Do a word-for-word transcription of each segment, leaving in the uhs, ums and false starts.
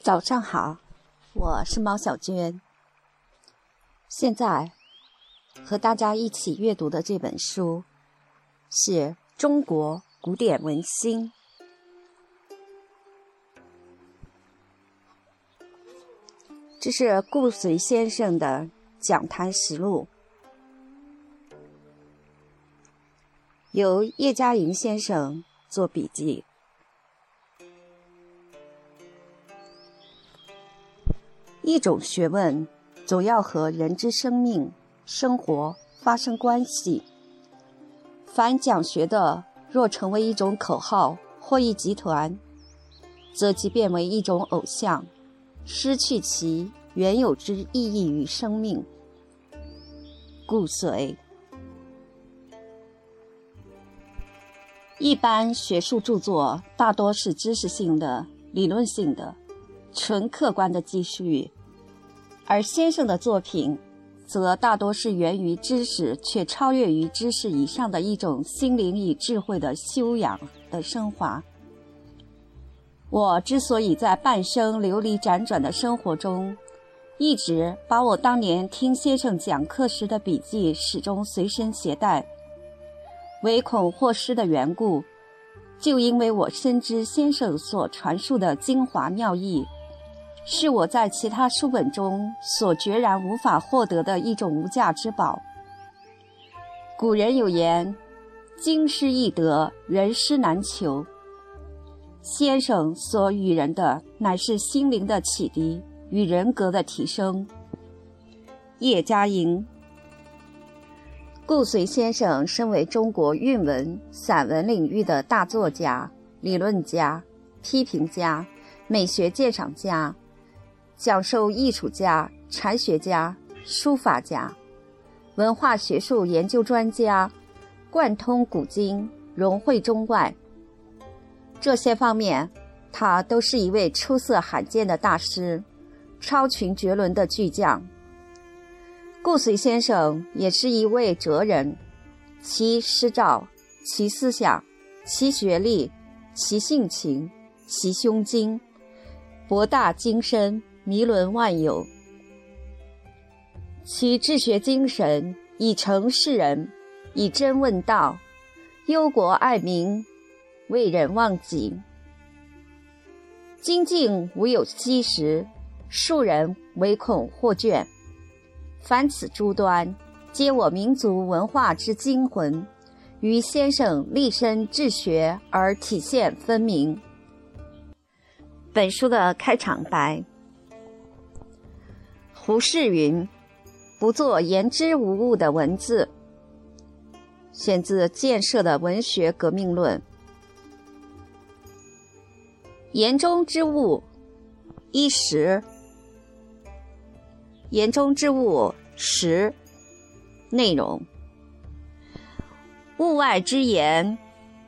早上好，我是毛小娟。现在和大家一起阅读的这本书是中国古典文心。这是顾随先生的讲坛实录，由叶嘉莹先生做笔记。一种学问总要和人之生命、生活发生关系。凡讲学的若成为一种口号或一集团，则即变为一种偶像，失去其原有之意义与生命。顾随。一般学术著作大多是知识性的、理论性的、纯客观的记叙，而先生的作品则大多是源于知识却超越于知识以上的一种心灵与智慧的修养的升华。我之所以在半生流离辗转的生活中一直把我当年听先生讲课时的笔记始终随身携带，唯恐或失的缘故，就因为我深知先生所传述的精华妙义是我在其他书本中所决然无法获得的一种无价之宝。古人有言，经师易得，人师难求。先生所与人的乃是心灵的启迪与人格的提升。叶嘉莹。顾随先生身为中国韵文、散文领域的大作家、理论家、批评家、美学鉴赏家、讲授艺术家、禅学家、书法家、文化学术研究专家，贯通古今，融会中外。这些方面，他都是一位出色罕见的大师，超群绝伦的巨匠。顾随先生也是一位哲人，其诗照、其思想、其学历、其性情、其胸襟，博大精深，迷伦万有。其治学精神以诚示人，以真问道，忧国爱民，为人忘己。精进无有稀时，庶人唯恐或倦。凡此诸端，皆我民族文化之精魂，于先生立身治学而体现分明。本书的开场白。胡适云，不做言之无物的文字。选自建设的文学革命论。言中之物，一时。言中之物，实。内容。物外之言，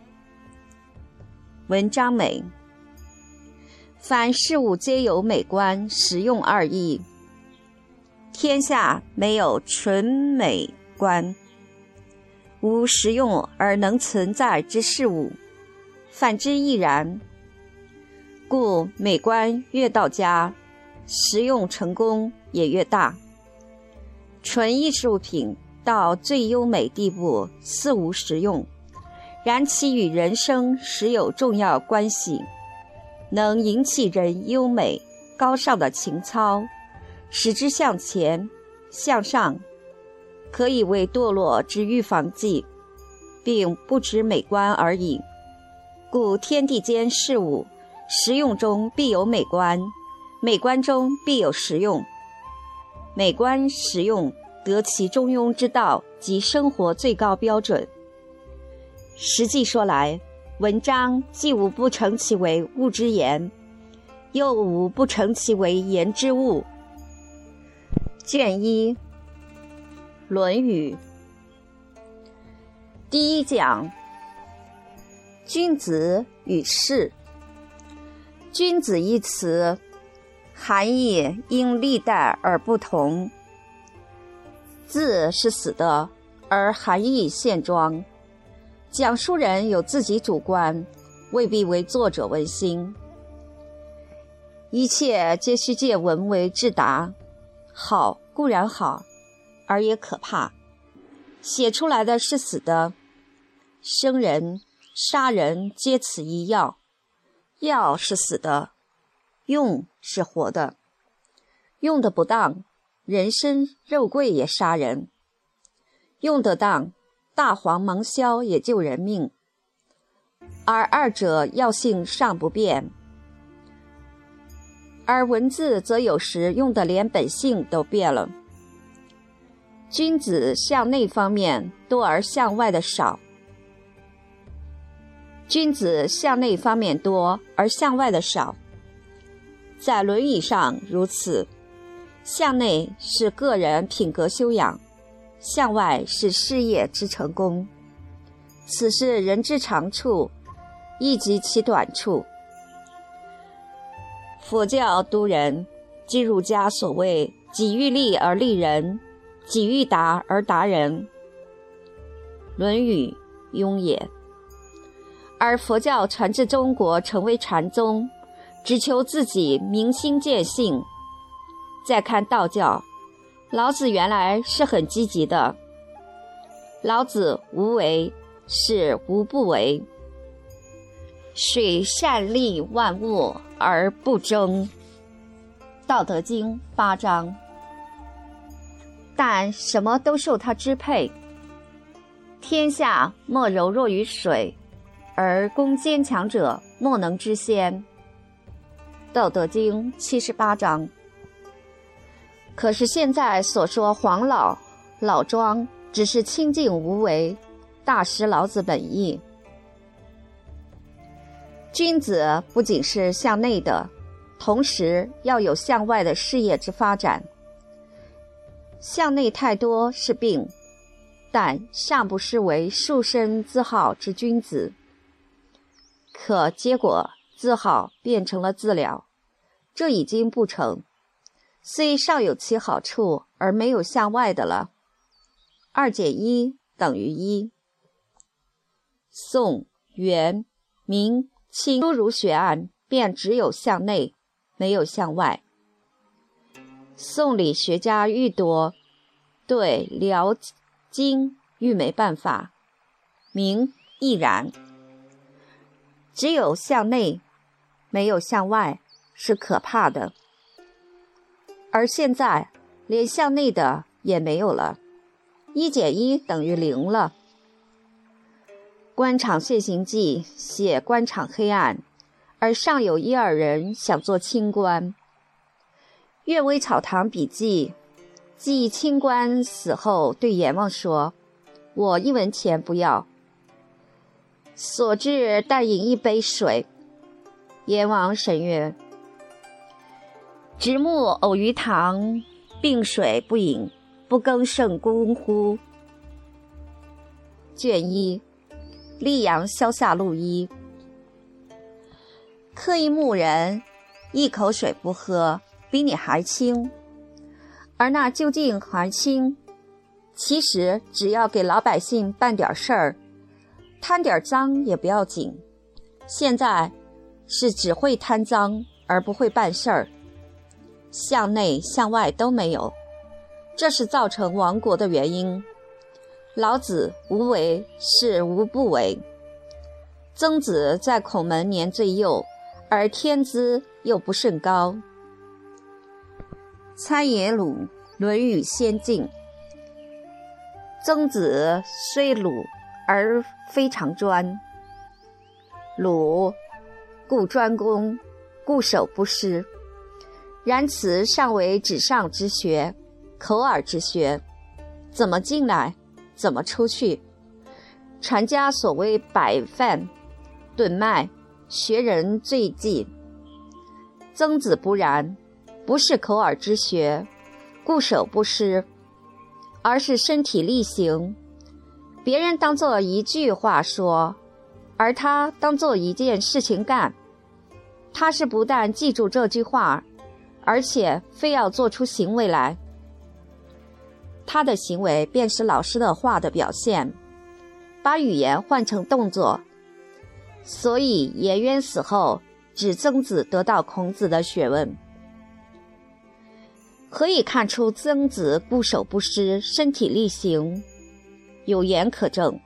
文章美。凡事物皆有美观、实用二义。天下没有纯美观，无实用而能存在之事物，反之亦然。故美观越到家，实用成功也越大。纯艺术品到最优美地步似无实用，然其与人生实有重要关系，能引起人优美高尚的情操，使之向前向上，可以为堕落之预防剂，并不止美观而已。故天地间事物，实用中必有美观，美观中必有实用。美观实用得其中庸之道，即生活最高标准。实际说来，文章既无不成其为物之言，又无不成其为言之物。卷一，论语。第一讲，君子与士。君子一词，含义因历代而不同。字是死的，而含义现装。讲述人有自己主观，未必为作者问心。 一切皆需借文为智达。好固然好，而也可怕。写出来的是死的，生人、杀人皆此一药。药是死的，用是活的。用的不当，人参肉桂也杀人；用得当，大黄芒硝也救人命。而二者药性尚不变，而文字则有时用的连本性都变了。君子向内方面多而向外的少，君子向内方面多而向外的少，在伦理上如此。向内是个人品格修养，向外是事业之成功。此是人之长处，亦及其短处。佛教都人，即儒家所谓己欲立而立人，己欲达而达人，论语庸也。而佛教传至中国成为禅宗，只求自己明心见性。再看道教，老子原来是很积极的，老子无为是无不为，水善利万物而不争，道德经八章。但什么都受他支配，天下莫柔弱于水，而攻坚强者莫能知先，道德经七十八章。可是现在所说黄老、老庄，只是清净无为，大失老子本意。君子不仅是向内的，同时要有向外的事业之发展。向内太多是病，但尚不失为树身自好之君子。可结果自好变成了自了，这已经不成。虽尚有其好处，而没有向外的了。二减一等于一。宋、元、明、清诸儒学案便只有向内，没有向外。宋理学家愈多，对辽经愈没办法，明亦然。只有向内，没有向外，是可怕的。而现在连向内的也没有了，一减一等于零了。官场现形记写官场黑暗，而尚有一二人想做清官。岳微草堂笔记记清官死后对阎王说，我一文钱不要，所至但饮一杯水。阎王审阅，直木偶于堂，并水不饮，不更胜功乎？卷一，溧阳萧下路一。刻一牧人，一口水不喝，比你还轻。而那究竟还轻？其实只要给老百姓办点事儿，贪点脏也不要紧。现在是只会贪脏，而不会办事儿。向内向外都没有，这是造成亡国的原因。老子无为是无不为。曾子在孔门年最幼，而天资又不甚高。参也鲁，论语先进。曾子虽鲁，而非常专。鲁，故专攻，固守不失。然此尚为纸上之学，口耳之学，怎么进来，怎么出去。传家所谓百饭顿脉，学人最近。曾子不然，不是口耳之学，固守不失，而是身体力行。别人当作一句话说，而他当作一件事情干。他是不但记住这句话，而且非要做出行为来。他的行为便是老师的话的表现，把语言换成动作。所以颜渊死后， 指曾子得到孔子的学问。可以看出曾子固守不失，身体力行，有言可证。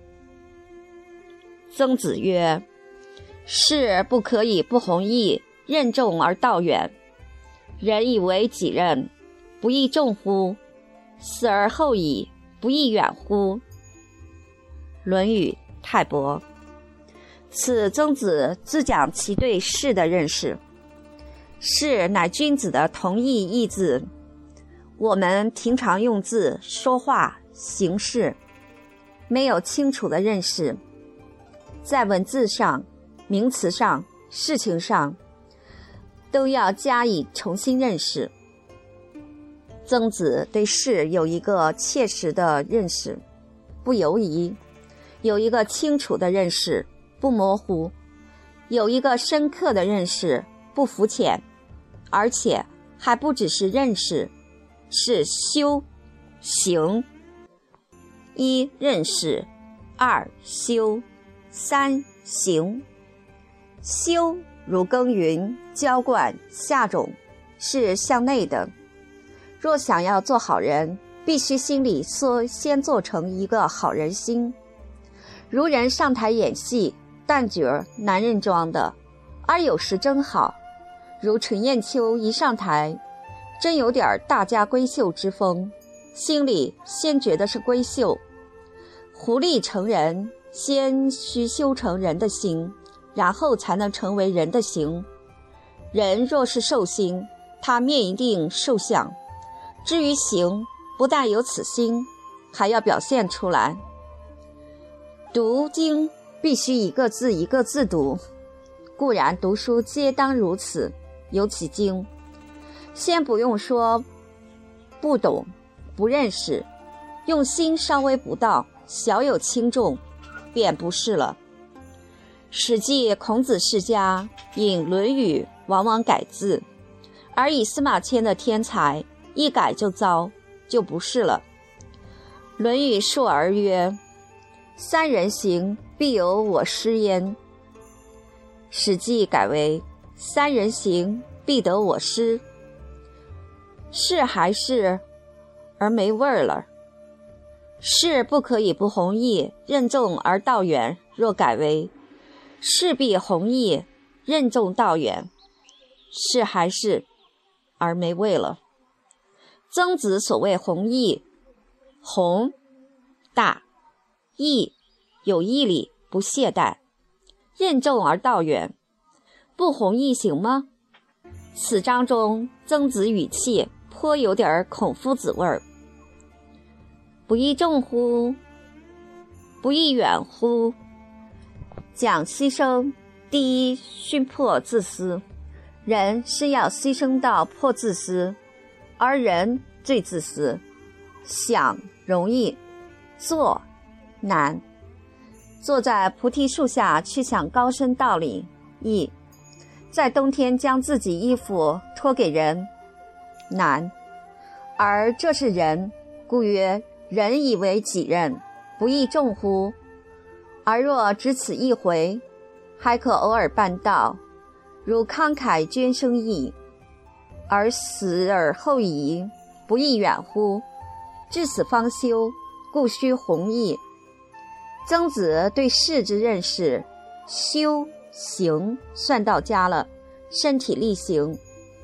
曾子曰：士不可以不弘毅，任重而道远。人以为己任，不亦重乎？死而后已，不亦远乎？论语泰伯。此曾子自讲其对士的认识。士乃君子的同义义字，我们平常用字、说话、行事，没有清楚的认识，在文字上、名词上、事情上，都要加以重新认识。曾子对士有一个切实的认识，不犹疑；有一个清楚的认识，不模糊；有一个深刻的认识，不肤浅。而且还不只是认识，是修行。一认识，二修，三行。修如耕耘、浇灌、下种，是向内的。若想要做好人，必须心里先做成一个好人心。如人上台演戏，旦角男人装的，而有时真好。如陈砚秋一上台，真有点大家闺秀之风，心里先觉得是闺秀。狐狸成人，先须修成人的心，然后才能成为人的形。人若是兽心，他面一定兽相。至于形，不但有此心，还要表现出来。读经必须一个字一个字读，固然读书皆当如此，尤其经，先不用说不懂、不认识，用心稍微不到，小有轻重，便不是了。史记孔子世家引《论语》往往改字，而以司马迁的天才，一改就糟，就不是了。《论语》述而曰：三人行，必有我师焉。史记改为三人行，必得我师。是还是而没味儿了。是不可以不弘毅，任重而道远，若改为势必弘毅，任重道远。是还是而没味了。曾子所谓弘毅，弘大，毅有毅力，不懈怠，任重而道远，不弘毅行吗？此章中曾子语气颇有点孔夫子味儿。不亦重乎？不亦远乎？讲牺牲，第一须破自私。人是要牺牲到破自私，而人最自私。想容易，做难。坐在菩提树下去想高深道理，易；在冬天将自己衣服脱给人，难。而这是人，故曰人以为己任，不亦重乎？而若只此一回，还可偶尔办道，如慷慨捐生意，而死而后已，不亦远乎？至此方休，故须弘毅。曾子对事之认识，修行算到家了，身体力行。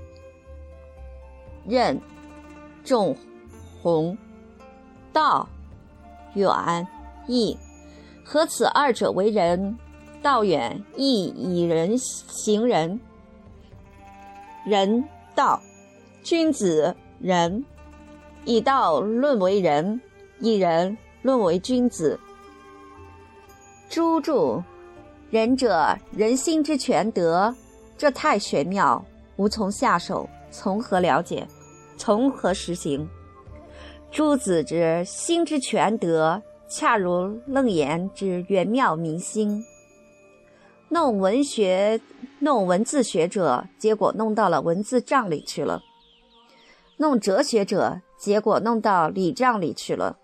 任重弘道远义，合此二者为人？道远亦以人行人。人道，君子人，以道论为人，以人论为君子。朱注：仁者，人心之全德。这太玄妙，无从下手，从何了解，从何实行？朱子之心之全德，恰如楞严之玄妙明心。弄文学、弄文字学者，结果弄到了文字账里去了；弄哲学者，结果弄到理账里去了。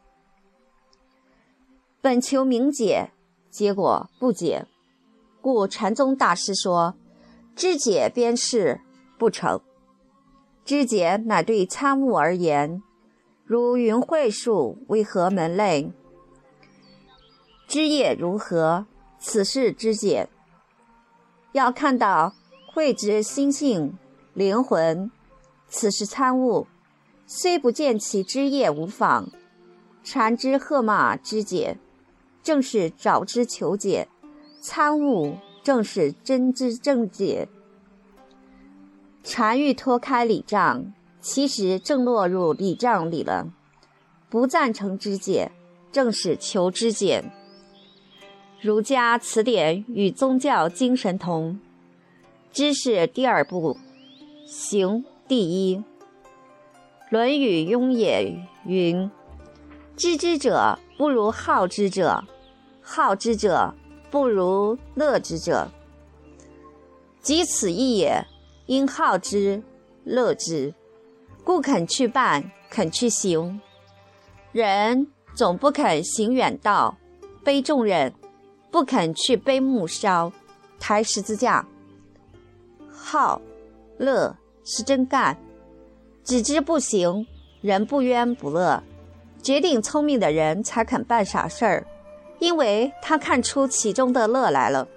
本求明解，结果不解。故禅宗大师说， 知解边事不成。知解乃对参悟而言，如云会数为何门类？知业如何？此是知解。要看到慧知心性、灵魂，此是参悟。虽不见其知业无妨，禅之喝骂知解，正是找之求解；参悟正是真知正解。禅欲脱开理障，其实正落入理障里了。不赞成知解，正是求知解。儒家词典与宗教精神同，知是第二步，行第一。论语雍也云：知之者不如好之者，好之者不如乐之者。即此意也，因好之乐之，故肯去办，肯去行。人总不肯行远道，背重任，不肯去背木烧，抬十字架。好乐是真干，只知不行，人不冤不乐。决定聪明的人才肯办傻事儿，因为他看出其中的乐来了。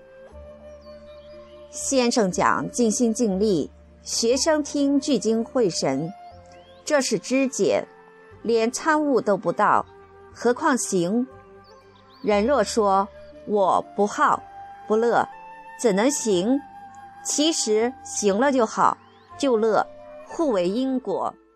先生讲尽心尽力，学生听聚精会神，这是知解，连参悟都不到，何况行？人若说我不好不乐，怎能行？其实行了就好就乐，互为因果。